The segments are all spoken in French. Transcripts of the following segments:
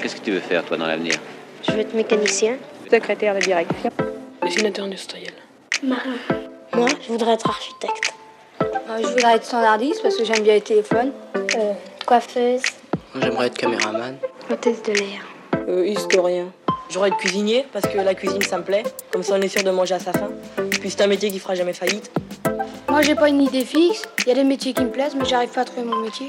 Qu'est-ce que tu veux faire, toi, dans l'avenir? Je veux être mécanicien. Secrétaire de direction. Dessinateur industriel. Marin. Moi, je voudrais être architecte. Je voudrais être standardiste parce que j'aime bien les téléphones. Coiffeuse. Moi, j'aimerais être caméraman. Hôtesse de l'air. Historien. J'aurais être cuisinier parce que la cuisine ça me plaît. Comme ça on est sûr de manger à sa faim. Puis c'est un métier qui fera jamais faillite. Moi j'ai pas une idée fixe. Il y a des métiers qui me plaisent mais j'arrive pas à trouver mon métier.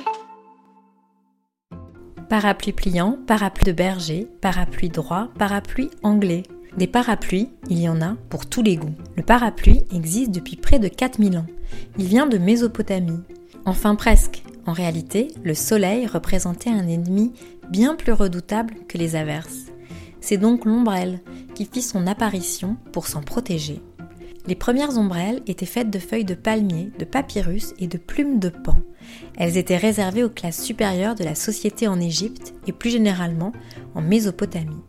Parapluie pliant, parapluie de berger, parapluie droit, parapluie anglais. Des parapluies, il y en a pour tous les goûts. Le parapluie existe depuis près de 4000 ans. Il vient de Mésopotamie. Enfin presque. En réalité, le soleil représentait un ennemi bien plus redoutable que les averses. C'est donc l'ombrelle qui fit son apparition pour s'en protéger. Les premières ombrelles étaient faites de feuilles de palmier, de papyrus et de plumes de paon. Elles étaient réservées aux classes supérieures de la société en Égypte et plus généralement en Mésopotamie.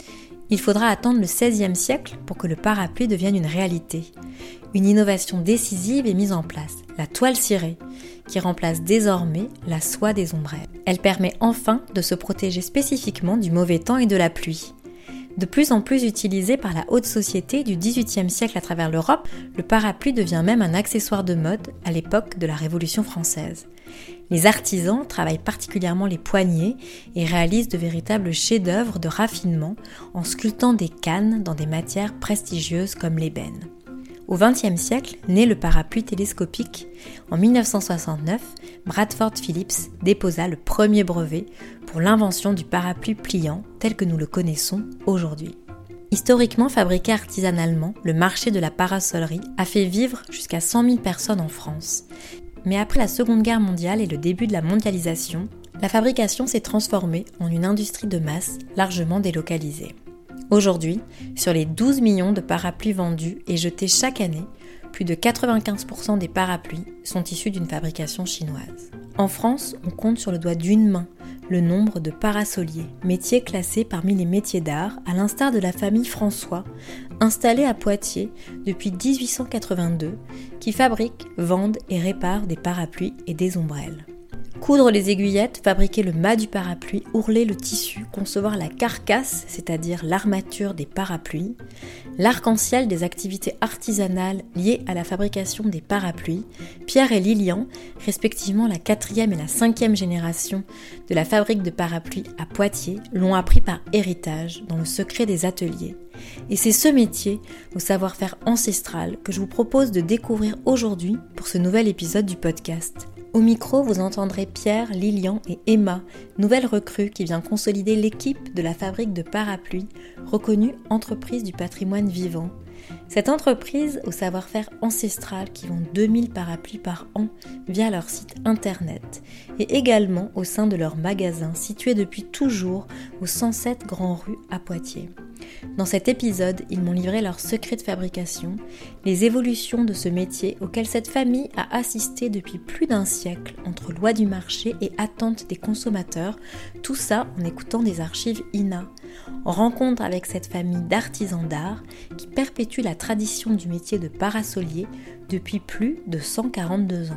Il faudra attendre le XVIe siècle pour que le parapluie devienne une réalité. Une innovation décisive est mise en place, la toile cirée, qui remplace désormais la soie des ombrelles. Elle permet enfin de se protéger spécifiquement du mauvais temps et de la pluie. De plus en plus utilisé par la haute société du XVIIIe siècle à travers l'Europe, le parapluie devient même un accessoire de mode à l'époque de la Révolution française. Les artisans travaillent particulièrement les poignets et réalisent de véritables chefs-d'œuvre de raffinement en sculptant des cannes dans des matières prestigieuses comme l'ébène. Au XXe siècle, naît le parapluie télescopique. En 1969, Bradford Phillips déposa le premier brevet pour l'invention du parapluie pliant tel que nous le connaissons aujourd'hui. Historiquement fabriqué artisanalement, le marché de la parasolerie a fait vivre jusqu'à 100 000 personnes en France. Mais après la Seconde Guerre mondiale et le début de la mondialisation, la fabrication s'est transformée en une industrie de masse largement délocalisée. Aujourd'hui, sur les 12 millions de parapluies vendus et jetés chaque année, plus de 95% des parapluies sont issus d'une fabrication chinoise. En France, on compte sur le doigt d'une main le nombre de parasoliers, métier classé parmi les métiers d'art, à l'instar de la famille François, installée à Poitiers depuis 1882, qui fabrique, vendent et réparent des parapluies et des ombrelles. Coudre les aiguillettes, fabriquer le mât du parapluie, ourler le tissu, concevoir la carcasse, c'est-à-dire l'armature des parapluies, l'arc-en-ciel des activités artisanales liées à la fabrication des parapluies, Pierre et Lilian, respectivement la 4e et la 5e génération de la fabrique de parapluies à Poitiers, l'ont appris par héritage dans le secret des ateliers. Et c'est ce métier, au savoir-faire ancestral, que je vous propose de découvrir aujourd'hui pour ce nouvel épisode du podcast. Au micro, vous entendrez Pierre, Lilian et Emma, nouvelle recrue qui vient consolider l'équipe de la fabrique de parapluies, reconnue entreprise du patrimoine vivant. Cette entreprise, au savoir-faire ancestral, qui vend 2000 parapluies par an via leur site internet, et également au sein de leur magasin situé depuis toujours au 107 Grand Rue à Poitiers. Dans cet épisode, ils m'ont livré leurs secrets de fabrication, les évolutions de ce métier auquel cette famille a assisté depuis plus d'un siècle entre loi du marché et attente des consommateurs, tout ça en écoutant des archives INA. En rencontre avec cette famille d'artisans d'art qui perpétue la tradition du métier de parasolier depuis plus de 142 ans.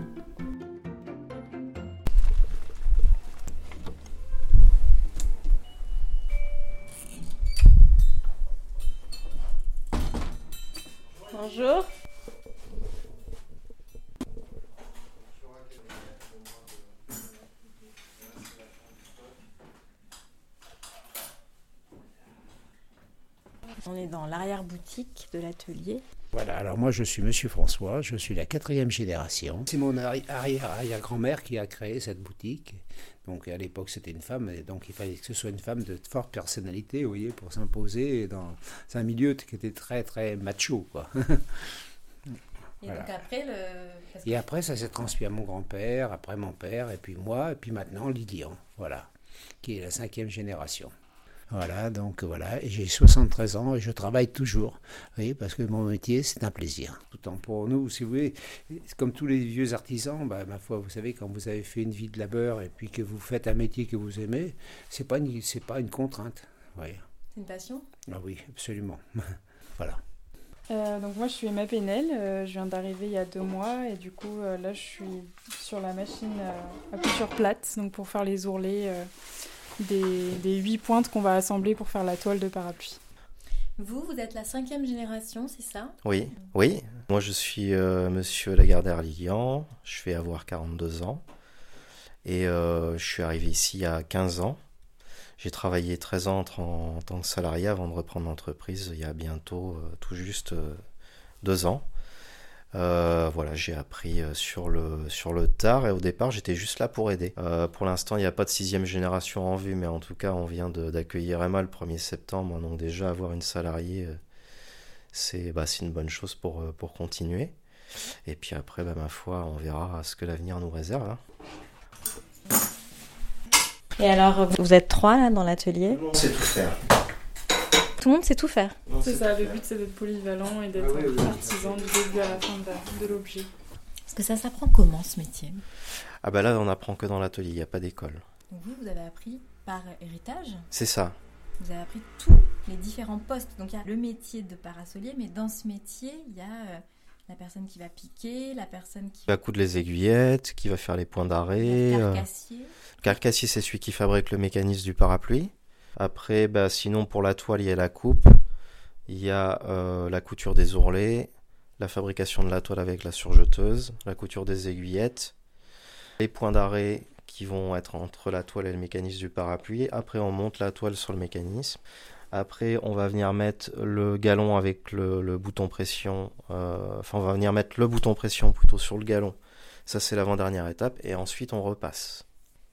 Bonjour. On est dans l'arrière-boutique de l'atelier. Voilà, alors moi je suis Monsieur François, je suis la 4e génération. C'est mon arrière-grand-mère qui a créé cette boutique. Donc à l'époque c'était une femme, et donc il fallait que ce soit une femme de forte personnalité, vous voyez, pour s'imposer dans un milieu qui était très très macho, quoi. Et voilà. Donc après, Et après ça s'est transmis à mon grand-père, après mon père, et puis moi, et puis maintenant Lilian, voilà, qui est la 5e génération. Voilà, donc voilà, et j'ai 73 ans et je travaille toujours, oui, parce que mon métier, c'est un plaisir. Tout le temps pour nous, si vous voulez, comme tous les vieux artisans, ma foi, vous savez, quand vous avez fait une vie de labeur et puis que vous faites un métier que vous aimez, c'est pas une contrainte, oui. c'est une passion ? Ah oui, absolument, voilà. Donc moi je suis Emma Penel, je viens d'arriver il y a 2 mois et du coup là je suis sur la machine à couture plate, donc pour faire les ourlets des 8 pointes qu'on va assembler pour faire la toile de parapluie. Vous êtes la 5e génération, c'est ça ? Oui. Moi, je suis monsieur Lagardère-Lilian, je vais avoir 42 ans. Et je suis arrivé ici il y a 15 ans. J'ai travaillé 13 ans en tant que salarié avant de reprendre l'entreprise il y a bientôt tout juste 2 ans. Voilà, j'ai appris sur le tard et au départ j'étais juste là pour aider. Pour l'instant il n'y a pas de 6e génération en vue, mais en tout cas on vient d'accueillir Emma le 1er septembre, donc déjà avoir une salariée c'est une bonne chose pour continuer. Et puis après ma foi on verra ce que l'avenir nous réserve. Hein. Et alors vous êtes 3 là dans l'atelier ? Tout le monde sait tout faire. Tout le monde sait tout faire. C'est ça, le but c'est d'être polyvalent et d'être artisan du début à la fin de l'objet. Est-ce que ça s'apprend comment ce métier ? Ah là on n'apprend que dans l'atelier, il n'y a pas d'école. Donc vous avez appris par héritage ? C'est ça. Vous avez appris tous les différents postes. Donc il y a le métier de parasolier, mais dans ce métier, il y a la personne qui va piquer, la personne qui va coudre les aiguillettes, qui va faire les points d'arrêt. Le carcassier. Le carcassier, c'est celui qui fabrique le mécanisme du parapluie. Après, sinon pour la toile, il y a la coupe, il y a la couture des ourlets, la fabrication de la toile avec la surjeteuse, la couture des aiguillettes, les points d'arrêt qui vont être entre la toile et le mécanisme du parapluie. Après, on monte la toile sur le mécanisme. Après, on va venir mettre le galon avec le bouton pression. On va venir mettre le bouton pression plutôt sur le galon. Ça, c'est l'avant-dernière étape. Et ensuite, on repasse.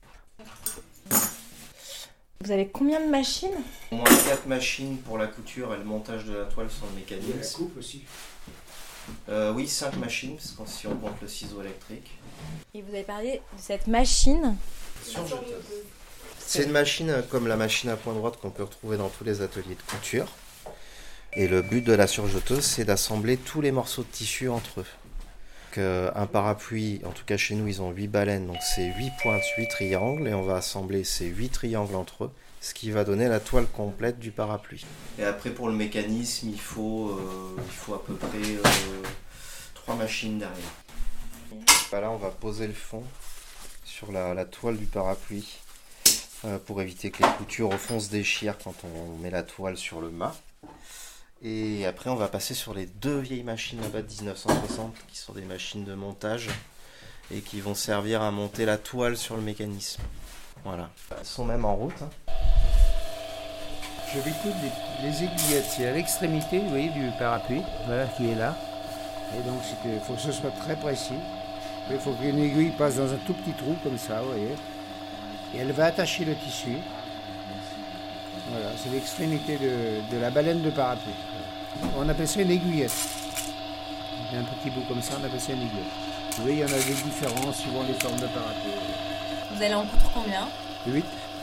Vous avez combien de machines ? Au moins 4 machines pour la couture et le montage de la toile sur le mécanisme. Et la coupe aussi. Oui, 5 machines, parce que si on compte le ciseau électrique. Et vous avez parlé de cette machine. C'est une machine comme la machine à point droite qu'on peut retrouver dans tous les ateliers de couture. Et le but de la surjeteuse, c'est d'assembler tous les morceaux de tissu entre eux. Un parapluie, en tout cas chez nous, ils ont 8 baleines, donc c'est 8 pointes, 8 triangles, et on va assembler ces 8 triangles entre eux, ce qui va donner la toile complète du parapluie. Et après, pour le mécanisme, il faut à peu près 3 machines derrière. Là, on va poser le fond sur la toile du parapluie pour éviter que les coutures au fond se déchirent quand on met la toile sur le mât. Et après, on va passer sur les 2 vieilles machines là-bas de 1960, qui sont des machines de montage et qui vont servir à monter la toile sur le mécanisme. Voilà. Elles sont même en route. Hein. Je vais coudre les aiguillettes. C'est à l'extrémité, vous voyez, du parapluie, voilà, qui est là. Et donc, il faut que ce soit très précis. Il faut qu'une aiguille passe dans un tout petit trou, comme ça, vous voyez. Et elle va attacher le tissu. Voilà, c'est l'extrémité de la baleine de parapluie. On appelle ça une aiguillette. Il y a un petit bout comme ça, on appelle ça une aiguillette. Vous voyez, il y en a des différents suivant les formes de parapluie. Vous allez en coudre combien ? 8.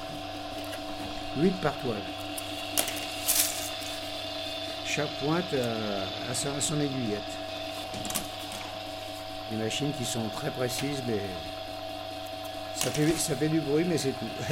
8 par toile. Chaque pointe a son aiguillette. Des machines qui sont très précises, mais ça fait du bruit, mais c'est tout.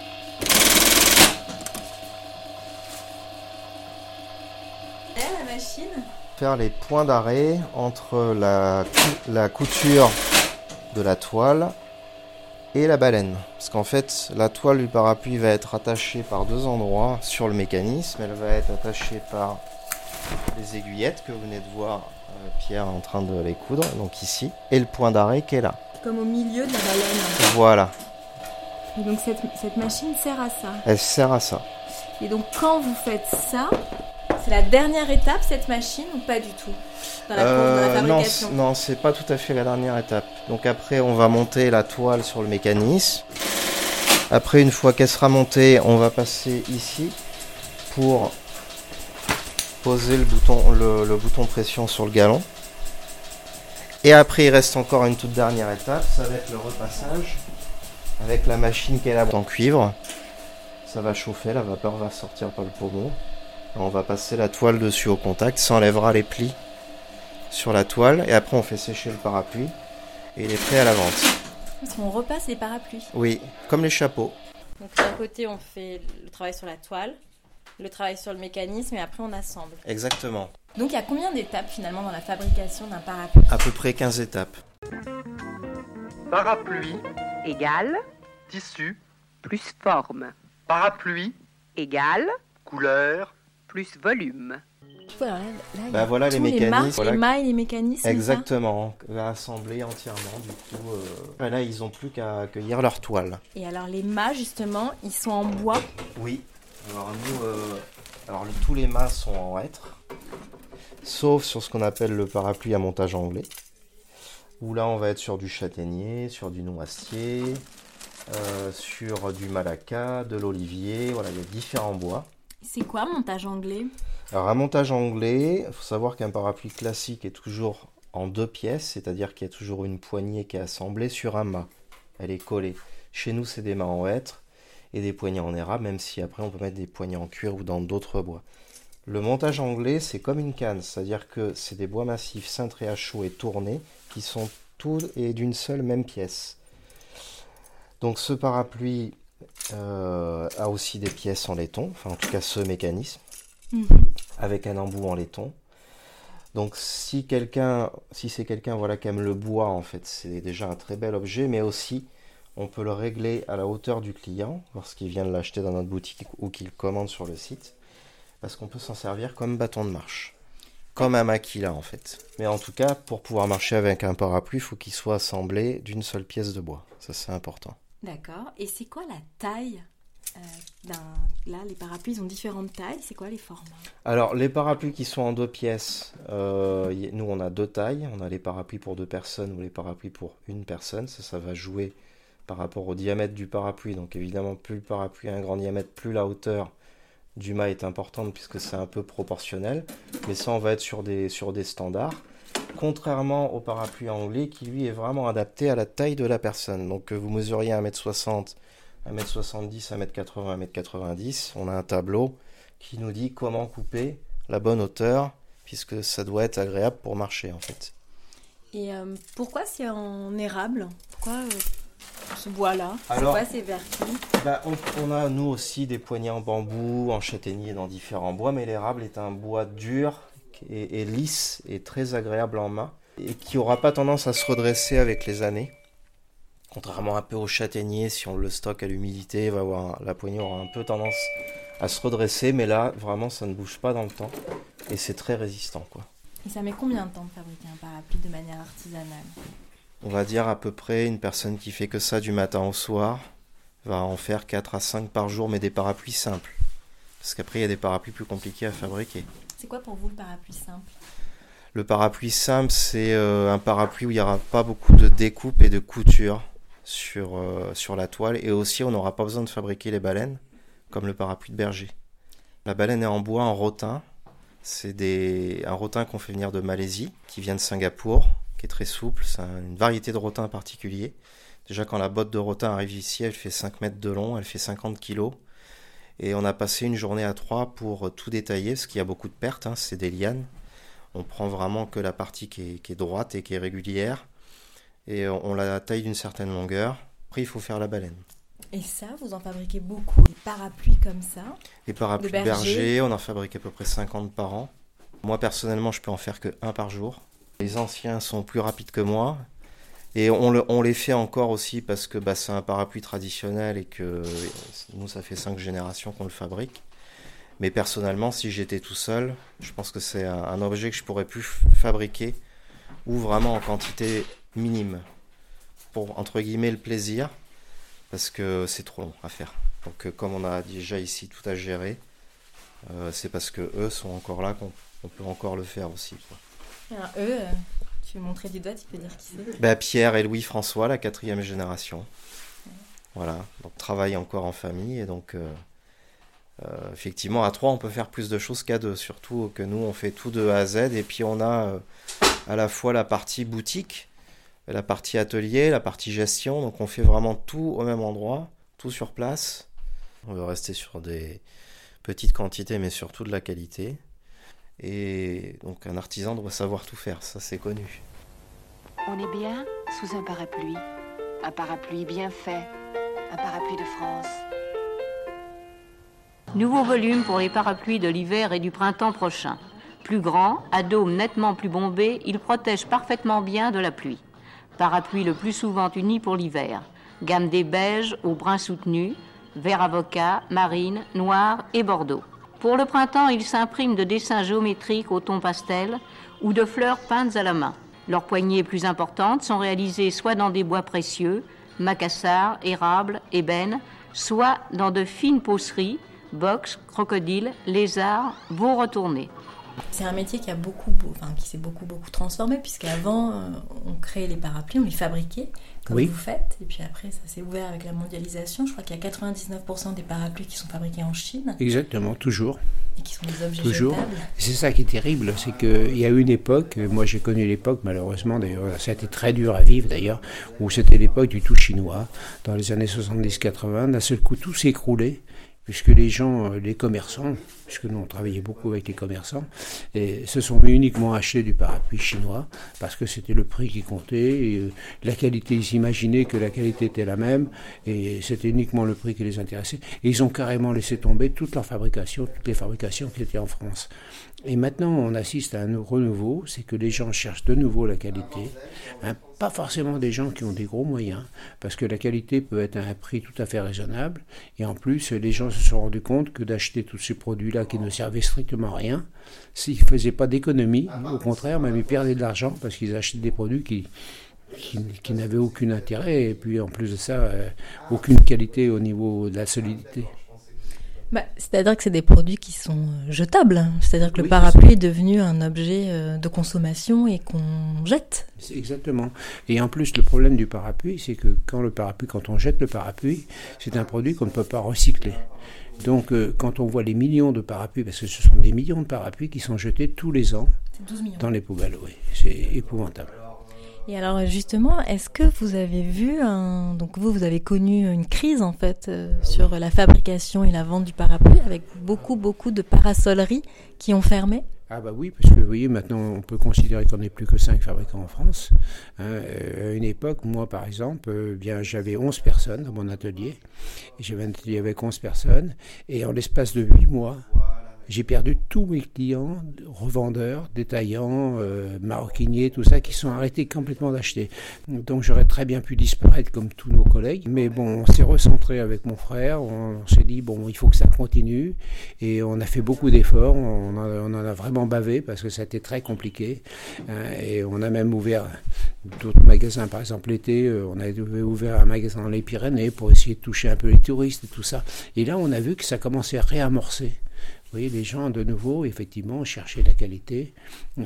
La machine. Faire les points d'arrêt entre la couture de la toile et la baleine. Parce qu'en fait, la toile du parapluie va être attachée par 2 endroits sur le mécanisme. Elle va être attachée par les aiguillettes que vous venez de voir Pierre en train de les coudre, donc ici, et le point d'arrêt qui est là. Comme au milieu de la baleine. Voilà. Et donc cette machine sert à ça. Elle sert à ça. Et donc quand vous faites ça, c'est la dernière étape, cette machine, ou pas du tout dans la fabrication? Non, c'est pas tout à fait la dernière étape. Donc après, on va monter la toile sur le mécanisme. Après, une fois qu'elle sera montée, on va passer ici pour poser le bouton pression sur le galon. Et après, il reste encore une toute dernière étape, ça va être le repassage avec la machine qui est là en cuivre. Ça va chauffer, la vapeur va sortir par le poumon. On va passer la toile dessus au contact, ça enlèvera les plis sur la toile et après on fait sécher le parapluie et il est prêt à la vente. Parce qu'on repasse les parapluies. Oui, comme les chapeaux. Donc d'un côté on fait le travail sur la toile, le travail sur le mécanisme et après on assemble. Exactement. Donc il y a combien d'étapes finalement dans la fabrication d'un parapluie? À peu près 15 étapes. Parapluie égale tissu plus forme. Parapluie égale couleur plus volume. Voilà, là, Bah voilà les mécanismes. les marques, voilà. les mailles, les mécanismes. Exactement, assemblés entièrement du coup. Là, ils n'ont plus qu'à accueillir leur toile. Et alors les mâts, justement, ils sont en bois. Oui, alors nous, tous les mâts sont en hêtre, sauf sur ce qu'on appelle le parapluie à montage anglais, où là on va être sur du châtaignier, sur du noisetier, sur du malacca, de l'olivier, voilà, il y a différents bois. C'est quoi montage anglais ? Alors un montage anglais, il faut savoir qu'un parapluie classique est toujours en 2 pièces, c'est-à-dire qu'il y a toujours une poignée qui est assemblée sur un mât. Elle est collée. Chez nous, c'est des mâts en hêtre et des poignées en érable, même si après on peut mettre des poignées en cuir ou dans d'autres bois. Le montage anglais, c'est comme une canne, c'est-à-dire que c'est des bois massifs cintrés à chaud et tournés qui sont tous et d'une seule même pièce. Donc ce parapluie a aussi des pièces en laiton, enfin en tout cas ce mécanisme, avec un embout en laiton. Donc si c'est quelqu'un voilà, qui aime le bois, en fait, c'est déjà un très bel objet, mais aussi on peut le régler à la hauteur du client lorsqu'il vient de l'acheter dans notre boutique ou qu'il commande sur le site, parce qu'on peut s'en servir comme bâton de marche, comme un maquila en fait. Mais en tout cas, pour pouvoir marcher avec un parapluie, il faut qu'il soit assemblé d'une seule pièce de bois, ça c'est important. D'accord, et c'est quoi la taille Là, les parapluies ont différentes tailles, c'est quoi les formats ? Alors, les parapluies qui sont en 2 pièces, nous on a 2 tailles, on a les parapluies pour 2 personnes ou les parapluies pour 1 personne, ça va jouer par rapport au diamètre du parapluie, donc évidemment plus le parapluie a un grand diamètre, plus la hauteur du mât est importante puisque c'est un peu proportionnel, mais ça on va être sur des standards, contrairement au parapluie anglais qui lui est vraiment adapté à la taille de la personne, donc vous mesuriez 1m60, 1m70, 1m80, 1m90, on a un tableau qui nous dit comment couper la bonne hauteur, puisque ça doit être agréable pour marcher en fait. Et pourquoi c'est en érable ? Pourquoi ce bois-là ? Alors, pourquoi c'est vertu ? On a nous aussi des poignées en bambou, en châtaignier, dans différents bois, mais l'érable est un bois dur et lisse et très agréable en main, et qui n'aura pas tendance à se redresser avec les années. Contrairement un peu au châtaignier, si on le stocke à l'humidité, la poignée aura un peu tendance à se redresser, mais là, vraiment, ça ne bouge pas dans le temps. Et c'est très résistant, quoi. Et ça met combien de temps de fabriquer un parapluie de manière artisanale ? On va dire à peu près une personne qui fait que ça du matin au soir va en faire 4 à 5 par jour, mais des parapluies simples. Parce qu'après, il y a des parapluies plus compliqués à fabriquer. C'est quoi pour vous le parapluie simple ? Le parapluie simple, c'est un parapluie où il n'y aura pas beaucoup de découpe et de couture sur la toile, et aussi on n'aura pas besoin de fabriquer les balènes comme le parapluie de berger. La baleine est en bois, en rotin. C'est un rotin qu'on fait venir de Malaisie, qui vient de Singapour, qui est très souple. C'est une variété de rotin particulier. Déjà quand la botte de rotin arrive ici, elle fait 5 mètres de long, elle fait 50 kilos, et on a passé une journée à 3 pour tout détailler, parce qu'il y a beaucoup de pertes, c'est des lianes. On prend vraiment que la partie qui est droite et qui est régulière, et on la taille d'une certaine longueur. Après, il faut faire la baleine. Et ça, vous en fabriquez beaucoup, des parapluies comme ça ? Les parapluies de berger, on en fabrique à peu près 50 par an. Moi, personnellement, je peux en faire que 1 par jour. Les anciens sont plus rapides que moi. Et on les fait encore aussi parce que c'est un parapluie traditionnel et que nous, ça fait 5 générations qu'on le fabrique. Mais personnellement, si j'étais tout seul, je pense que c'est un objet que je pourrais plus fabriquer, ou vraiment en quantité minime, pour entre guillemets le plaisir, parce que c'est trop long à faire. Donc comme on a déjà ici tout à gérer, c'est parce que eux sont encore là qu'on peut encore le faire aussi, quoi. Alors eux, tu veux montrer du doigt, tu peux dire qui c'est ? Pierre et Louis-François, la 4e génération. Voilà, donc travaillent encore en famille, et donc effectivement à 3 on peut faire plus de choses qu'à 2, surtout que nous on fait tout de A à Z, et puis on a à la fois la partie boutique, la partie atelier, la partie gestion, donc on fait vraiment tout au même endroit, tout sur place. On veut rester sur des petites quantités, mais surtout de la qualité. Et donc un artisan doit savoir tout faire, ça c'est connu. On est bien sous un parapluie bien fait, un parapluie de France. Nouveau volume pour les parapluies de l'hiver et du printemps prochain. Plus grand, à dôme nettement plus bombé, il protège parfaitement bien de la pluie. Parapluie le plus souvent uni pour l'hiver. Gamme des beiges au brun soutenu, vert avocat, marine, noir et bordeaux. Pour le printemps, ils s'impriment de dessins géométriques au ton pastel ou de fleurs peintes à la main. Leurs poignées plus importantes sont réalisées soit dans des bois précieux, macassar, érable, ébène, soit dans de fines peausseries, box, crocodile, lézard, veau retourné. C'est un métier qui s'est beaucoup transformé, puisqu'avant, on créait les parapluies, on les fabriquait, comme vous faites, et puis après, ça s'est ouvert avec la mondialisation. Je crois qu'il y a 99% des parapluies qui sont fabriqués en Chine. Exactement, toujours. Et qui sont des objets jetables. C'est ça qui est terrible, c'est qu'il y a eu une époque, moi j'ai connu l'époque, malheureusement, d'ailleurs, ça a été très dur à vivre d'ailleurs, où c'était l'époque du tout chinois, dans les années 70-80, d'un seul coup tout s'est écroulé, puisque les gens, les commerçants, puisque nous on travaillait beaucoup avec les commerçants, et se sont mis uniquement à acheter du parapluie chinois, parce que c'était le prix qui comptait, et la qualité, ils s'imaginaient que la qualité était la même, et c'était uniquement le prix qui les intéressait, et ils ont carrément laissé tomber toutes les fabrications qui étaient en France. Et maintenant, on assiste à un renouveau, c'est que les gens cherchent de nouveau la qualité, pas forcément des gens qui ont des gros moyens, parce que la qualité peut être à un prix tout à fait raisonnable, et en plus, les gens se sont rendus compte que d'acheter tous ces produits-là qui ne servaient strictement à rien, s'ils ne faisaient pas d'économie, au contraire, même ils perdaient de l'argent, parce qu'ils achetaient des produits qui n'avaient aucun intérêt, et puis en plus de ça, aucune qualité au niveau de la solidité. C'est-à-dire que c'est des produits qui sont jetables. C'est-à-dire que le parapluie est devenu un objet de consommation et qu'on jette. Exactement. Et en plus, le problème du parapluie, c'est que quand on jette le parapluie, c'est un produit qu'on ne peut pas recycler. Donc, quand on voit les millions de parapluies, parce que ce sont des millions de parapluies qui sont jetés tous les ans dans les poubelles, c'est épouvantable. Et alors justement, est-ce que vous avez vu donc vous avez connu une crise en fait sur la fabrication et la vente du parapluie, avec beaucoup de parasoleries qui ont fermé? Ah bah oui, parce que vous voyez, maintenant on peut considérer qu'on n'est plus que 5 fabricants en France. À une époque, moi par exemple, j'avais 11 personnes dans mon atelier. Et j'avais un atelier avec 11 personnes. Et en l'espace de 8 mois, j'ai perdu tous mes clients, revendeurs, détaillants, maroquiniers, tout ça, qui sont arrêtés complètement d'acheter. Donc j'aurais très bien pu disparaître comme tous nos collègues. Mais bon, on s'est recentré avec mon frère, on s'est dit, bon, il faut que ça continue. Et on a fait beaucoup d'efforts, on en a vraiment bavé parce que ça a été très compliqué. Et on a même ouvert d'autres magasins, par exemple l'été, on avait ouvert un magasin dans les Pyrénées pour essayer de toucher un peu les touristes et tout ça. Et là, on a vu que ça commençait à réamorcer. Vous voyez, les gens, de nouveau, effectivement, cherchaient la qualité.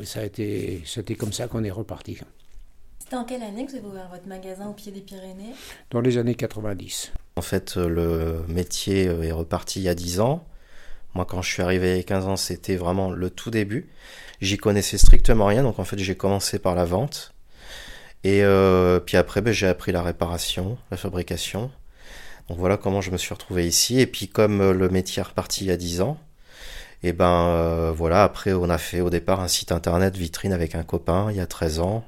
C'était comme ça qu'on est reparti. C'était en quelle année que vous avez ouvert votre magasin au pied des Pyrénées? Dans les années 90. En fait, le métier est reparti il y a 10 ans. Moi, quand je suis arrivé il y a 15 ans, c'était vraiment le tout début. J'y connaissais strictement rien, donc en fait, j'ai commencé par la vente. Et puis après, j'ai appris la réparation, la fabrication. Donc voilà comment je me suis retrouvé ici. Et puis comme le métier est reparti il y a 10 ans, et voilà, après on a fait au départ un site internet vitrine avec un copain il y a 13 ans.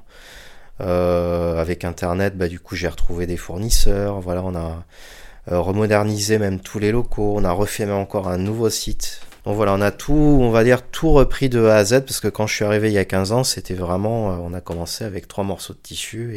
Avec internet, du coup j'ai retrouvé des fournisseurs. Voilà, on a remodernisé même tous les locaux. On a refait même encore un nouveau site. Donc voilà, on a tout repris de A à Z, parce que quand je suis arrivé il y a 15 ans, c'était vraiment, on a commencé avec 3 morceaux de tissu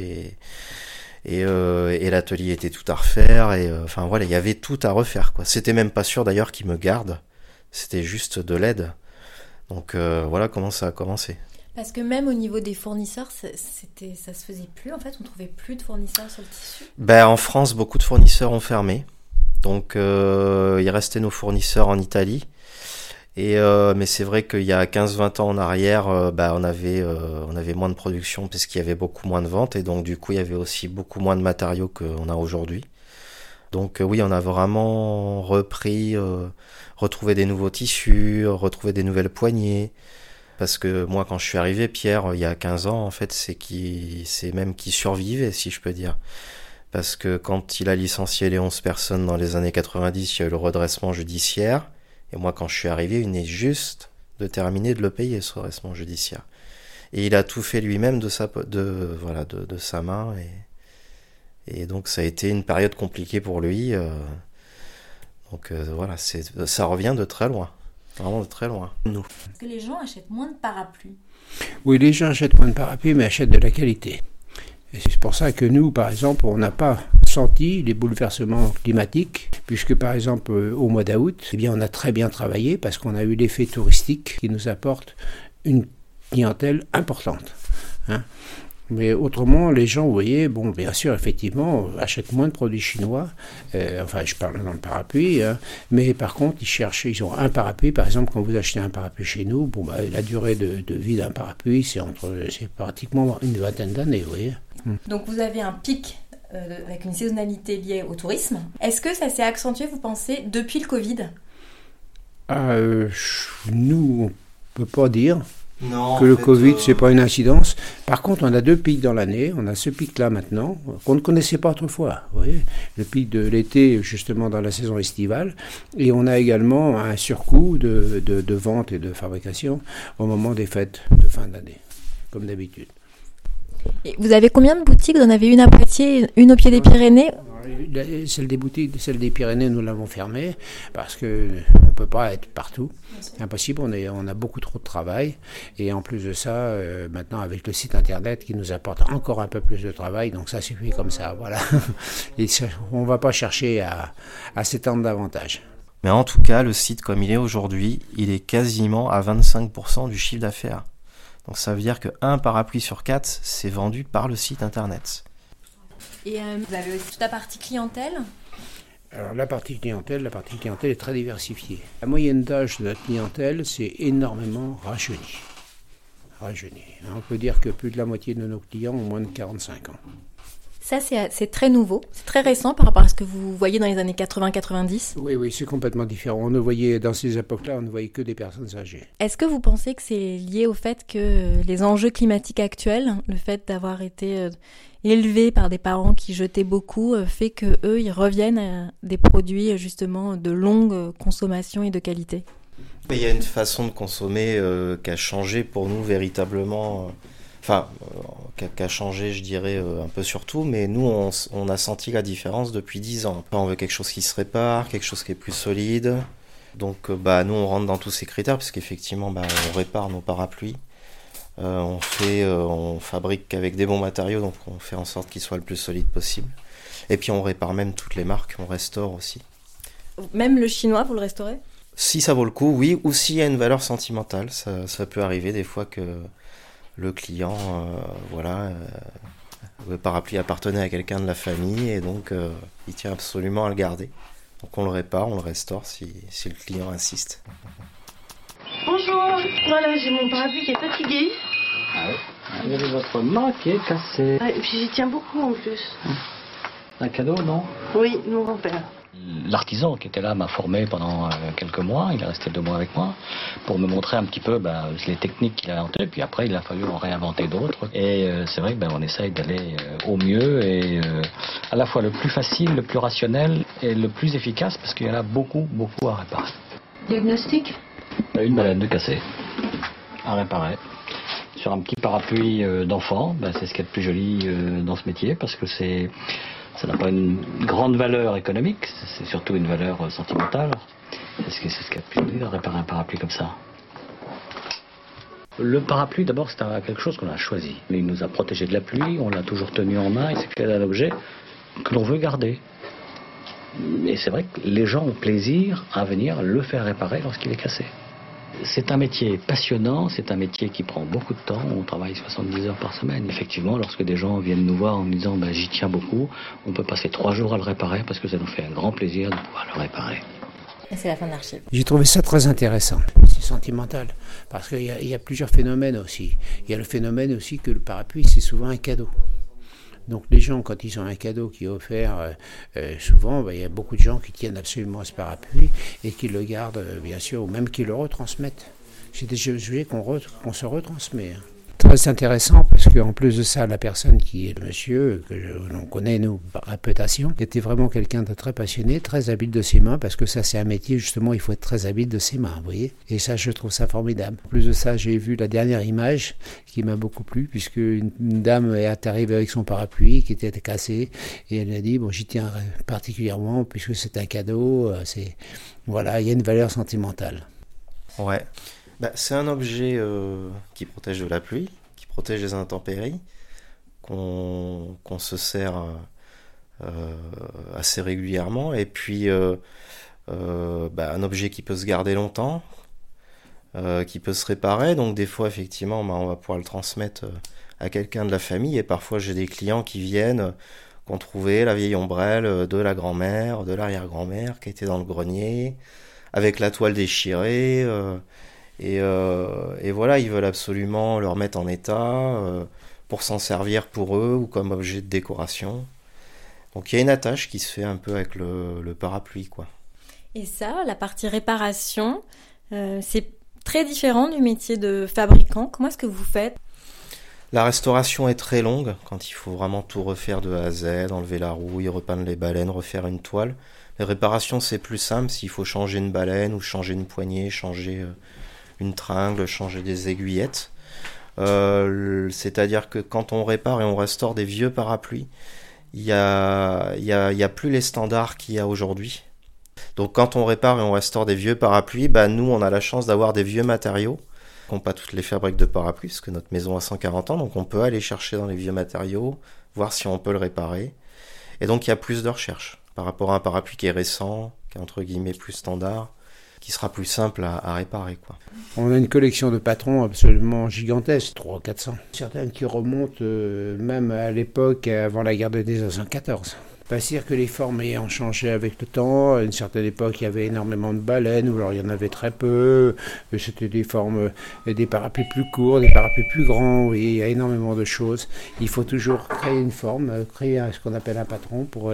et l'atelier était tout à refaire, et enfin voilà, il y avait tout à refaire, quoi. C'était même pas sûr d'ailleurs qu'ils me gardent, c'était juste de l'aide. Donc voilà comment ça a commencé. Parce que même au niveau des fournisseurs, ça se faisait plus, en fait, on trouvait plus de fournisseurs sur le tissu. En France, beaucoup de fournisseurs ont fermé, donc il restait nos fournisseurs en Italie. Mais c'est vrai qu'il y a 15-20 ans en arrière, on avait moins de production parce qu'il y avait beaucoup moins de ventes, et donc du coup il y avait aussi beaucoup moins de matériaux qu'on a aujourd'hui. Donc oui, on a vraiment retrouvé des nouveaux tissus, retrouvé des nouvelles poignées. Parce que moi, quand je suis arrivé, Pierre, il y a 15 ans, en fait, c'est même qui survivait, si je peux dire. Parce que quand il a licencié les 11 personnes dans les années 90, il y a eu le redressement judiciaire. Et moi, quand je suis arrivé, il venait juste de terminer de le payer, ce redressement judiciaire. Et il a tout fait lui-même de sa main. Et donc, ça a été une période compliquée pour lui. Voilà, ça revient de très loin. Vraiment de très loin. Nous. Est-ce que les gens achètent moins de parapluies? Oui, les gens achètent moins de parapluies, mais achètent de la qualité. Et c'est pour ça que nous, par exemple, on n'a pas senti les bouleversements climatiques, puisque par exemple au mois d'août, eh bien, on a très bien travaillé parce qu'on a eu l'effet touristique qui nous apporte une clientèle importante. Hein. Mais autrement, les gens, vous voyez, bon, bien sûr, effectivement, achètent moins de produits chinois. Enfin, je parle dans le parapluie, hein, mais par contre, ils ont un parapluie. Par exemple, quand vous achetez un parapluie chez nous, bon, bah, la durée de vie d'un parapluie, c'est pratiquement une vingtaine d'années, vous voyez. Donc, vous avez un pic avec une saisonnalité liée au tourisme. Est-ce que ça s'est accentué, vous pensez, depuis le Covid ? Nous, on ne peut pas dire. Non, que le Covid, c'est pas une incidence. Par contre, on a 2 pics dans l'année. On a ce pic-là maintenant, qu'on ne connaissait pas autrefois. Vous voyez, le pic de l'été, justement, dans la saison estivale. Et on a également un surcoût de vente et de fabrication au moment des fêtes de fin d'année, comme d'habitude. Et vous avez combien de boutiques ? Vous en avez une à Poitiers, une au pied des Pyrénées ? Celle des Pyrénées, nous l'avons fermée parce qu'on ne peut pas être partout. C'est impossible, on a beaucoup trop de travail. Et en plus de ça, maintenant avec le site internet qui nous apporte encore un peu plus de travail, donc ça suffit comme ça, voilà. Et on ne va pas chercher à s'étendre davantage. Mais en tout cas, le site comme il est aujourd'hui, il est quasiment à 25% du chiffre d'affaires. Donc ça veut dire qu'un parapluie sur 4, c'est vendu par le site internet. Et vous avez aussi toute la partie clientèle ? Alors la partie clientèle est très diversifiée. La moyenne d'âge de notre clientèle s'est énormément rajeunie. On peut dire que plus de la moitié de nos clients ont moins de 45 ans. Ça, c'est très nouveau, c'est très récent par rapport à ce que vous voyez dans les années 80-90 ? Oui, c'est complètement différent. Dans ces époques-là, on ne voyait que des personnes âgées. Est-ce que vous pensez que c'est lié au fait que les enjeux climatiques actuels, le fait d'avoir été élevés par des parents qui jetaient beaucoup, fait qu'eux, ils reviennent à des produits justement de longue consommation et de qualité ? Il y a une façon de consommer qui a changé pour nous véritablement... qui a changé, je dirais, un peu sur tout, mais nous, on a senti la différence depuis 10 ans. On veut quelque chose qui se répare, quelque chose qui est plus solide. Donc, nous, on rentre dans tous ces critères, parce qu'effectivement, on répare nos parapluies. On fabrique avec des bons matériaux, donc on fait en sorte qu'ils soient le plus solides possible. Et puis, on répare même toutes les marques, on restaure aussi. Même le chinois, vous le restaurez ? Si ça vaut le coup, oui, ou s'il y a une valeur sentimentale. Ça peut arriver des fois que... le client, le parapluie appartenait à quelqu'un de la famille et donc il tient absolument à le garder. Donc on le répare, on le restaure si le client insiste. Bonjour, voilà, j'ai mon parapluie qui est fatigué. Ah oui, vous avez votre main qui est cassée. Et puis j'y tiens beaucoup en plus. Un cadeau, non ? Oui, de mon grand-père. L'artisan qui était là m'a formé pendant quelques mois, il est resté 2 mois avec moi, pour me montrer un petit peu les techniques qu'il a inventées, puis après il a fallu en réinventer d'autres. Et c'est vrai qu'on essaye d'aller au mieux, et à la fois le plus facile, le plus rationnel, et le plus efficace, parce qu'il y en a beaucoup à réparer. Diagnostic ? Une balade de cassé à réparer. Sur un petit parapluie d'enfant, c'est ce qu'il y a de plus joli dans ce métier, parce que ça n'a pas une grande valeur économique, c'est surtout une valeur sentimentale. C'est ce qu'il y a de plus joli de réparer un parapluie comme ça. Le parapluie, d'abord, c'est quelque chose qu'on a choisi. Il nous a protégés de la pluie, on l'a toujours tenu en main, et c'est un objet que l'on veut garder. Et c'est vrai que les gens ont plaisir à venir le faire réparer lorsqu'il est cassé. C'est un métier passionnant, c'est un métier qui prend beaucoup de temps, on travaille 70 heures par semaine. Effectivement, lorsque des gens viennent nous voir en nous disant j'y tiens beaucoup, on peut passer 3 jours à le réparer parce que ça nous fait un grand plaisir de pouvoir le réparer. Et c'est la fin de l'archive. J'ai trouvé ça très intéressant, c'est sentimental, parce qu'il y a plusieurs phénomènes aussi. Il y a le phénomène aussi que le parapluie, c'est souvent un cadeau. Donc les gens, quand ils ont un cadeau qui est offert, souvent, il y a beaucoup de gens qui tiennent absolument à ce parapluie et qui le gardent, bien sûr, ou même qui le retransmettent. J'ai déjà vu qu'on se retransmet. Très intéressant parce qu'en plus de ça, la personne qui est le monsieur, que l'on connaît nous par réputation, était vraiment quelqu'un de très passionné, très habile de ses mains, parce que ça c'est un métier justement, il faut être très habile de ses mains, vous voyez. Et ça, je trouve ça formidable. En plus de ça, j'ai vu la dernière image qui m'a beaucoup plu, puisque une dame est arrivée avec son parapluie qui était cassé, et elle a dit j'y tiens particulièrement puisque c'est un cadeau, voilà, il y a une valeur sentimentale. Ouais. C'est un objet qui protège de la pluie, qui protège des intempéries, qu'on se sert assez régulièrement. Et puis un objet qui peut se garder longtemps, qui peut se réparer. Donc des fois, effectivement, on va pouvoir le transmettre à quelqu'un de la famille. Et parfois, j'ai des clients qui viennent, qui ont trouvé la vieille ombrelle de la grand-mère, de l'arrière-grand-mère, qui était dans le grenier, avec la toile déchirée. Et voilà, ils veulent absolument le remettre en état pour s'en servir pour eux ou comme objet de décoration. Donc il y a une attache qui se fait un peu avec le parapluie, quoi. Et ça, la partie réparation, c'est très différent du métier de fabricant. Comment est-ce que vous faites ? La restauration est très longue, quand il faut vraiment tout refaire de A à Z, enlever la rouille, repeindre les baleines, refaire une toile. Les réparations, c'est plus simple s'il faut changer une baleine ou changer une poignée, changer une tringle, changer des aiguillettes. C'est-à-dire que quand on répare et on restaure des vieux parapluies, il y a plus les standards qu'il y a aujourd'hui. Donc quand on répare et on restaure des vieux parapluies, nous on a la chance d'avoir des vieux matériaux qu'ont pas toutes les fabriques de parapluies, parce que notre maison a 140 ans, donc on peut aller chercher dans les vieux matériaux, voir si on peut le réparer. Et donc il y a plus de recherche par rapport à un parapluie qui est récent, qui est entre guillemets plus standard, qui sera plus simple à réparer, quoi. On a une collection de patrons absolument gigantesque, 300-400. Certaines qui remontent même à l'époque avant la guerre de 1914. Pas dire que les formes ayant changé avec le temps. À une certaine époque, il y avait énormément de baleines, ou alors il y en avait très peu. C'était des formes, des parapluies plus courts, des parapluies plus grands. Oui, il y a énormément de choses. Il faut toujours créer une forme, créer ce qu'on appelle un patron pour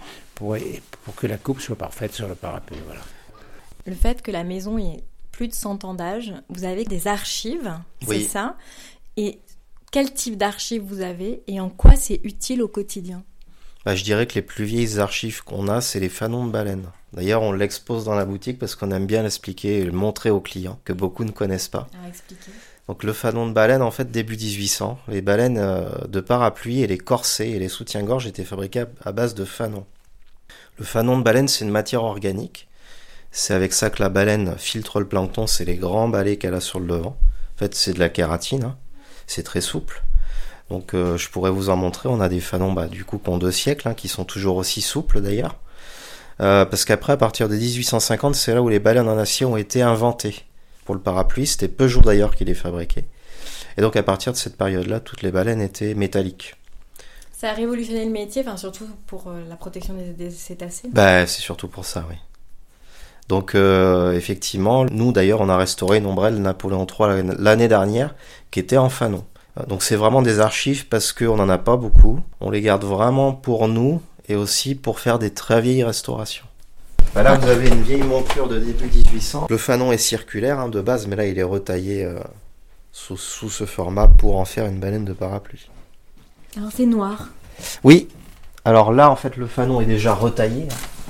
que la coupe soit parfaite sur le parapluie. Voilà. Le fait que la maison ait plus de 100 ans d'âge, vous avez des archives, oui. C'est ça ? Et quel type d'archives vous avez et en quoi c'est utile au quotidien ? Je dirais que les plus vieilles archives qu'on a, c'est les fanons de baleines. D'ailleurs, on l'expose dans la boutique parce qu'on aime bien l'expliquer et le montrer aux clients, que beaucoup ne connaissent pas. Alors, expliquez. Donc le fanon de baleine, en fait, début 1800, les baleines de parapluie et les corsets et les soutiens-gorge étaient fabriqués à base de fanon. Le fanon de baleine, c'est une matière organique. C'est avec ça que la baleine filtre le plancton, c'est les grands balais qu'elle a sur le devant. En fait, c'est de la kératine, hein. C'est très souple. Donc je pourrais vous en montrer, on a des fanons du coup qui ont 2 siècles, qui sont toujours aussi souples d'ailleurs. Parce qu'après, à partir de 1850, c'est là où les baleines en acier ont été inventées. Pour le parapluie, c'était Peugeot d'ailleurs qui les fabriquait. Et donc à partir de cette période-là, toutes les baleines étaient métalliques. Ça a révolutionné le métier, surtout pour la protection des cétacés. C'est surtout pour ça, oui. Donc effectivement, nous d'ailleurs, on a restauré une ombrelle Napoléon III l'année dernière qui était en fanon. Donc c'est vraiment des archives parce qu'on n'en a pas beaucoup. On les garde vraiment pour nous et aussi pour faire des très vieilles restaurations. Là, vous avez une vieille monture de début 1800. Le fanon est circulaire de base, mais là, il est retaillé sous ce format pour en faire une baleine de parapluie. Alors, c'est noir. Oui. Alors là, en fait, le fanon est déjà retaillé.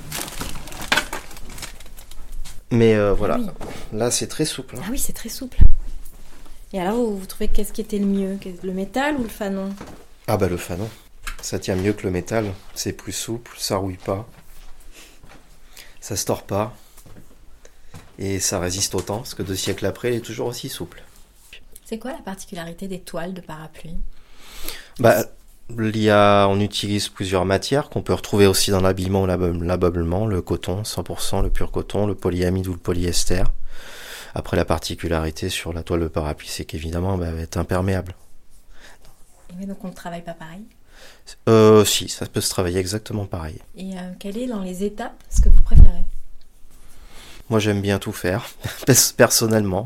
Mais voilà. Oui. Là, c'est très souple. Ah oui, c'est très souple. Et alors, vous trouvez qu'est-ce qui était le mieux ? Le métal ou le fanon ? Le fanon. Ça tient mieux que le métal. C'est plus souple, ça rouille pas. Ça se tord pas. Et ça résiste au temps, parce que 2 siècles après, il est toujours aussi souple. C'est quoi la particularité des toiles de parapluie ? On utilise plusieurs matières qu'on peut retrouver aussi dans l'habillement ou l'ameublement. Le coton, 100%, le pur coton, le polyamide ou le polyester. Après, la particularité sur la toile de parapluie, c'est qu'évidemment, elle est imperméable. Et donc, on ne travaille pas pareil ? Si, ça peut se travailler exactement pareil. Et quelle est, dans les étapes, ce que vous préférez ? Moi, j'aime bien tout faire, personnellement.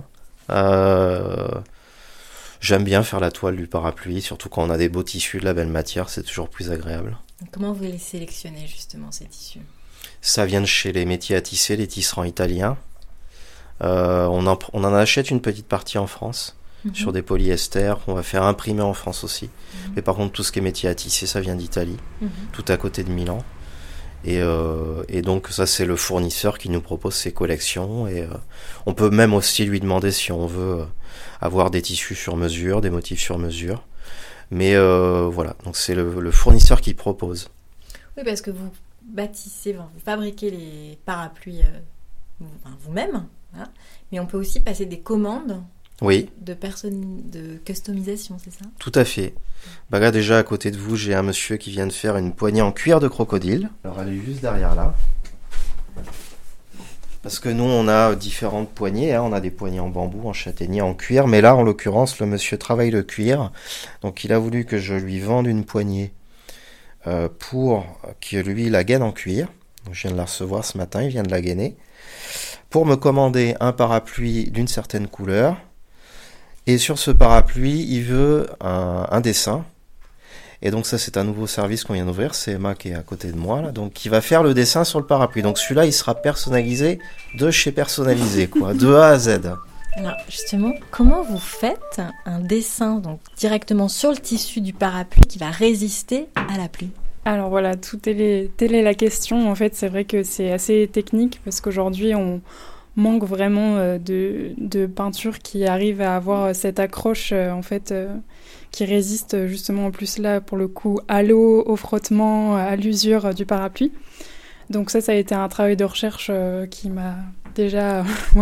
J'aime bien faire la toile du parapluie, surtout quand on a des beaux tissus, de la belle matière, c'est toujours plus agréable. Comment vous les sélectionnez, justement, ces tissus ? Ça vient de chez les métiers à tisser, les tisserands italiens. On en achète une petite partie en France, sur des polyesters, on va faire imprimer en France aussi. Mais par contre, tout ce qui est métier à tisser, ça vient d'Italie, tout à côté de Milan. Et donc ça, c'est le fournisseur qui nous propose ses collections. Et on peut même aussi lui demander si on veut avoir des tissus sur mesure, des motifs sur mesure. Mais voilà, donc c'est le fournisseur qui propose. Oui, parce que vous vous fabriquez les parapluies vous-même. Voilà. Mais on peut aussi passer des commandes Oui. de customisation, c'est ça? Tout à fait. Bah là, déjà, à côté de vous, j'ai un monsieur qui vient de faire une poignée en cuir de crocodile. Alors, elle est juste derrière là. Parce que nous, on a différentes poignées. On a des poignées en bambou, en châtaignier, en cuir. Mais là, en l'occurrence, le monsieur travaille le cuir. Donc, il a voulu que je lui vende une poignée pour que lui la gaine en cuir. Donc, je viens de la recevoir ce matin, il vient de la gainer. Pour me commander un parapluie d'une certaine couleur. Et sur ce parapluie, il veut un dessin. Et donc ça, c'est un nouveau service qu'on vient d'ouvrir. C'est Emma qui est à côté de moi, là. Donc, qui va faire le dessin sur le parapluie. Donc celui-là, il sera personnalisé de chez personnalisé, quoi. De A à Z. Alors, justement, comment vous faites un dessin donc, directement sur le tissu du parapluie qui va résister à la pluie? Alors voilà, telle est la question. En fait, c'est vrai que c'est assez technique parce qu'aujourd'hui, on manque vraiment de peinture qui arrive à avoir cette accroche, qui résiste justement en plus là, pour le coup, à l'eau, au frottement, à l'usure du parapluie. Donc ça a été un travail de recherche qui m'a déjà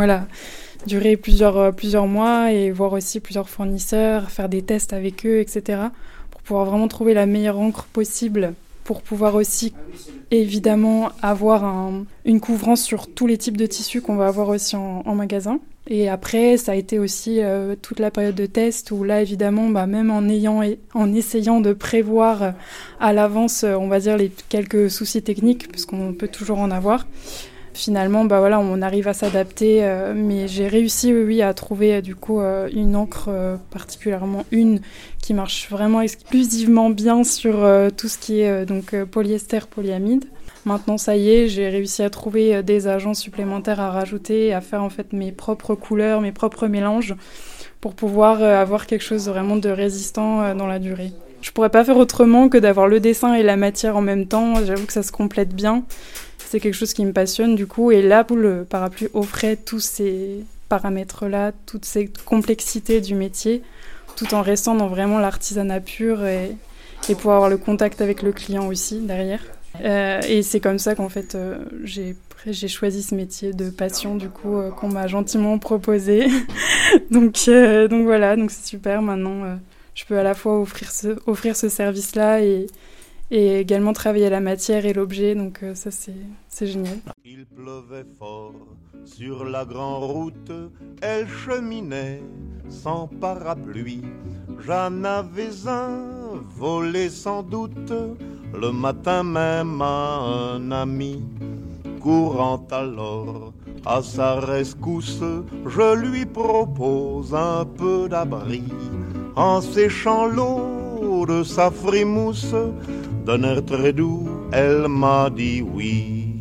duré plusieurs mois et voir aussi plusieurs fournisseurs, faire des tests avec eux, etc. pour pouvoir vraiment trouver la meilleure encre possible pour pouvoir aussi évidemment avoir une couvrance sur tous les types de tissus qu'on va avoir aussi en magasin. Et après, ça a été aussi toute la période de test où là, évidemment, même en essayant de prévoir à l'avance, on va dire, les quelques soucis techniques, parce qu'on peut toujours en avoir. Finalement, on arrive à s'adapter, mais j'ai réussi, oui, à trouver du coup une encre, particulièrement une qui marche vraiment exclusivement bien sur tout ce qui est polyester, polyamide. Maintenant, ça y est, j'ai réussi à trouver des agents supplémentaires à rajouter, à faire en fait mes propres couleurs, mes propres mélanges, pour pouvoir avoir quelque chose vraiment de résistant dans la durée. Je pourrais pas faire autrement que d'avoir le dessin et la matière en même temps. J'avoue que ça se complète bien. C'est quelque chose qui me passionne du coup. Et là, le parapluie offrait tous ces paramètres-là, toutes ces complexités du métier, tout en restant dans vraiment l'artisanat pur et pouvoir avoir le contact avec le client aussi derrière. Et c'est comme ça qu'en fait j'ai choisi ce métier de passion du coup qu'on m'a gentiment proposé. donc voilà, donc c'est super. Maintenant je peux à la fois offrir ce service-là et également travailler la matière et l'objet, donc ça c'est génial. Il pleuvait fort sur la grande route, elle cheminait sans parapluie. J'en avais un volé sans doute le matin même à un ami. Courant alors à sa rescousse, je lui propose un peu d'abri en séchant l'eau de sa frimousse. D'un air très doux, elle m'a dit oui.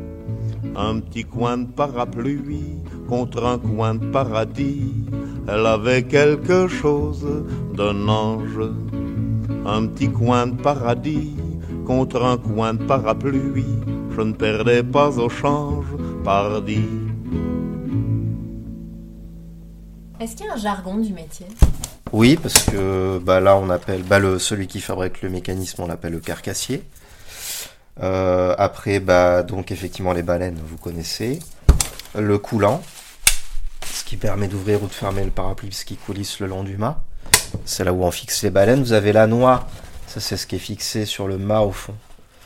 Un petit coin de parapluie contre un coin de paradis. Elle avait quelque chose d'un ange. Un petit coin de paradis contre un coin de parapluie. Je ne perdais pas au change, pardi. Est-ce qu'il y a un jargon du métier ? Oui, parce que là on appelle celui qui fabrique le mécanisme, on l'appelle le carcassier. Après donc effectivement les baleines, vous connaissez. Le coulant, ce qui permet d'ouvrir ou de fermer le parapluie puisqu'il coulisse le long du mât. C'est là où on fixe les baleines. Vous avez la noix, ça c'est ce qui est fixé sur le mât au fond.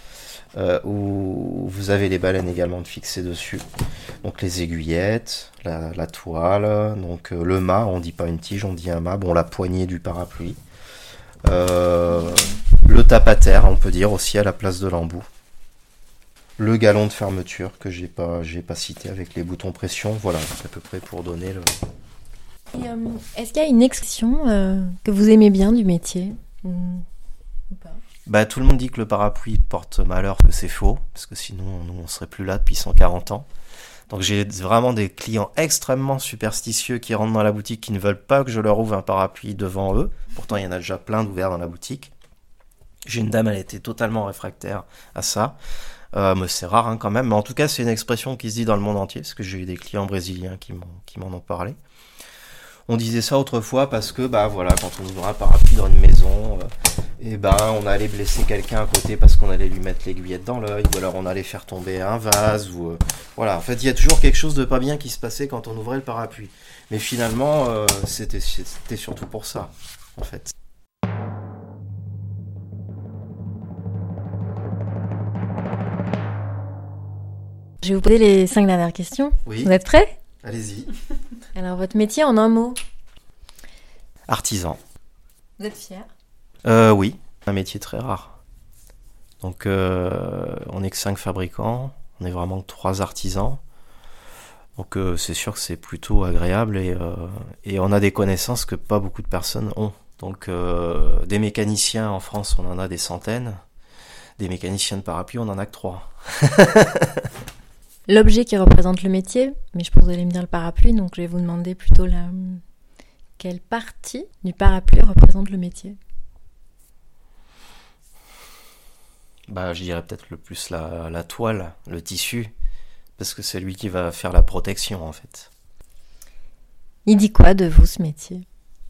Où vous avez les baleines également de fixer dessus. Donc les aiguillettes, la toile, donc le mât, on dit pas une tige, on dit un mât, la poignée du parapluie. Le tape-à-terre, on peut dire aussi à la place de l'embout. Le galon de fermeture que j'ai pas cité avec les boutons pression, voilà, c'est à peu près pour donner le... Et, est-ce qu'il y a une expression que vous aimez bien du métier ou pas ? Tout le monde dit que le parapluie porte malheur, que c'est faux, parce que sinon nous on serait plus là depuis 140 ans. Donc j'ai vraiment des clients extrêmement superstitieux qui rentrent dans la boutique, qui ne veulent pas que je leur ouvre un parapluie devant eux. Pourtant il y en a déjà plein d'ouverts dans la boutique. J'ai une dame, elle était totalement réfractaire à ça. Mais c'est rare quand même, mais en tout cas c'est une expression qui se dit dans le monde entier, parce que j'ai eu des clients brésiliens qui m'en ont parlé. On disait ça autrefois parce que, bah voilà, quand on ouvrait un parapluie dans une maison, on allait blesser quelqu'un à côté parce qu'on allait lui mettre l'aiguillette dans l'œil, ou alors on allait faire tomber un vase, ou voilà. En fait, il y a toujours quelque chose de pas bien qui se passait quand on ouvrait le parapluie. Mais finalement, c'était surtout pour ça, en fait. Je vais vous poser les 5 dernières questions. Oui. Vous êtes prêts ? Allez-y. Alors, votre métier en un mot ? Artisan. Vous êtes fier ? Oui, un métier très rare. Donc, on n'est que 5 fabricants, on est vraiment que 3 artisans. Donc, c'est sûr que c'est plutôt agréable et on a des connaissances que pas beaucoup de personnes ont. Donc, des mécaniciens en France, on en a des centaines. Des mécaniciens de parapluie, on en a que 3. L'objet qui représente le métier, mais je pense que vous allez me dire le parapluie, donc je vais vous demander plutôt quelle partie du parapluie représente le métier ? Bah, je dirais peut-être le plus la toile, le tissu, parce que c'est lui qui va faire la protection en fait. Il dit quoi de vous ce métier ?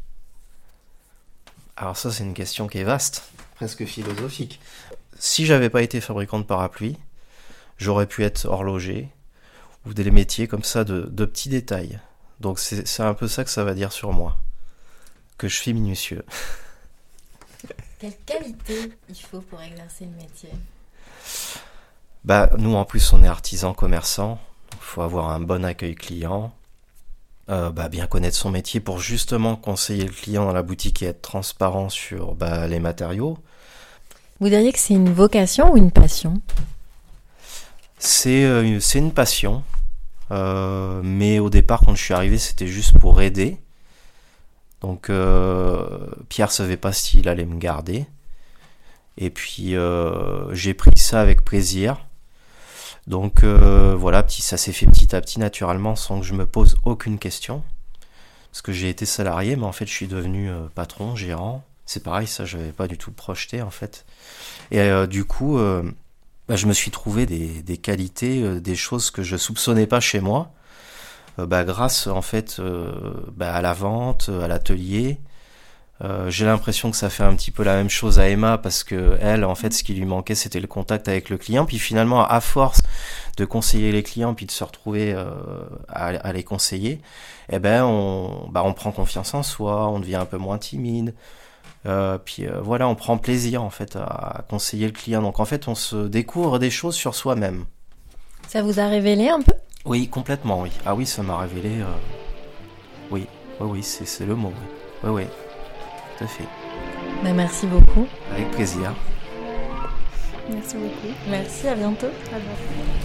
Alors ça, c'est une question qui est vaste, presque philosophique. Si j'avais pas été fabricant de parapluie, j'aurais pu être horloger ou des métiers comme ça de petits détails. Donc c'est un peu ça que ça va dire sur moi, que je suis minutieux. Quelle qualité il faut pour exercer le métier ? Bah, nous en plus on est artisans commerçants, il faut avoir un bon accueil client, bien connaître son métier pour justement conseiller le client dans la boutique et être transparent sur les matériaux. Vous diriez que c'est une vocation ou une passion ? C'est une passion, mais au départ quand je suis arrivé c'était juste pour aider. Donc Pierre savait pas s'il allait me garder. Et puis j'ai pris ça avec plaisir. Donc voilà, ça s'est fait petit à petit naturellement sans que je me pose aucune question. Parce que j'ai été salarié, mais en fait je suis devenu patron, gérant. C'est pareil, ça je n'avais pas du tout projeté en fait. Et du coup, je me suis trouvé des qualités, des choses que je soupçonnais pas chez moi. Grâce en fait à la vente, à l'atelier. J'ai l'impression que ça fait un petit peu la même chose à Emma parce que elle, en fait, ce qui lui manquait, c'était le contact avec le client. Puis finalement, à force de conseiller les clients, puis de se retrouver à les conseiller, on prend confiance en soi, on devient un peu moins timide. On prend plaisir en fait à conseiller le client. Donc en fait, on se découvre des choses sur soi-même. Ça vous a révélé un peu ? Oui, complètement, oui. Ah oui, ça m'a révélé... Oui, c'est le mot. Oui, tout à fait. Merci beaucoup. Avec plaisir. Merci beaucoup. Merci, à bientôt. À bientôt.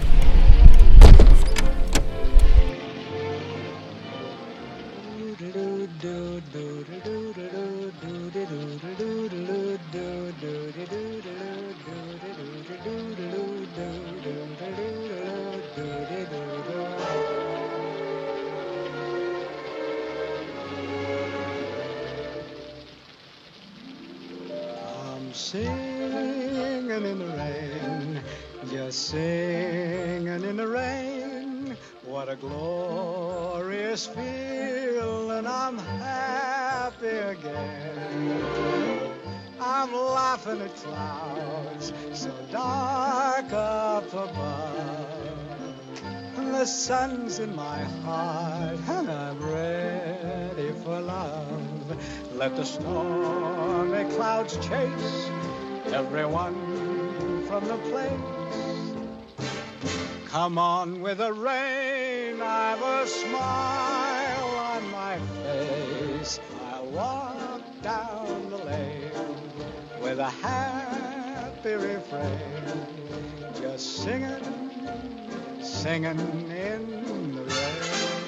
Singing in the rain, just singing in the rain. What a glorious feeling, I'm happy again. I'm laughing at clouds so dark up above. The sun's in my heart and I'm ready for love. Let the stormy clouds chase everyone from the place. Come on with the rain, I've a smile on my face. I'll walk down the lane with a happy refrain, just singing, singing in the rain.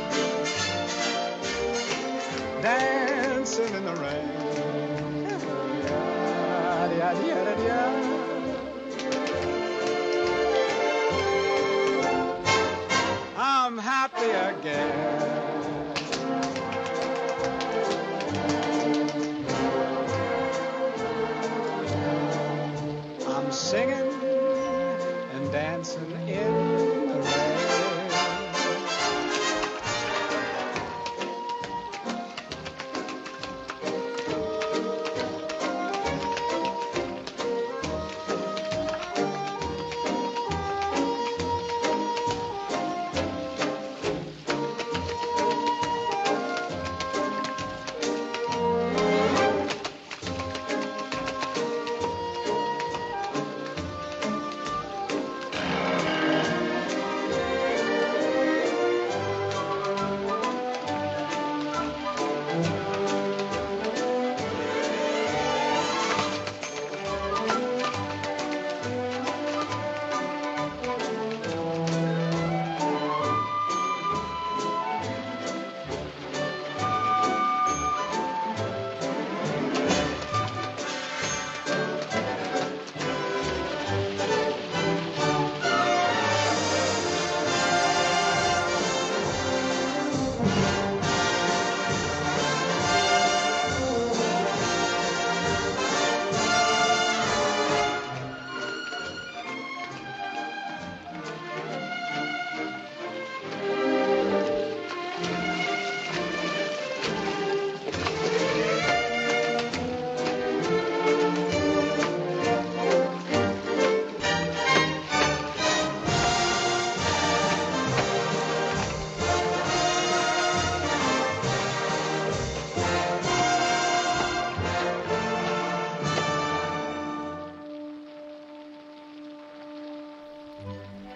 Dancing in the rain. I'm happy again. I'm singing and dancing in the rain.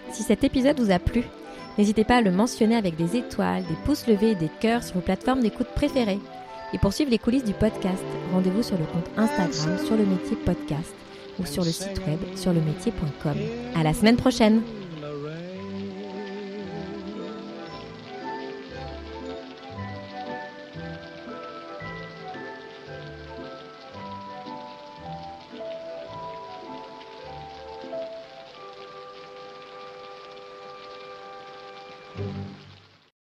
Si cet épisode vous a plu, n'hésitez pas à le mentionner avec des étoiles, des pouces levés et des cœurs sur vos plateformes d'écoute préférées. Et pour suivre les coulisses du podcast, rendez-vous sur le compte Instagram Sur le métier podcast ou sur le site web surlemétier.com. À la semaine prochaine!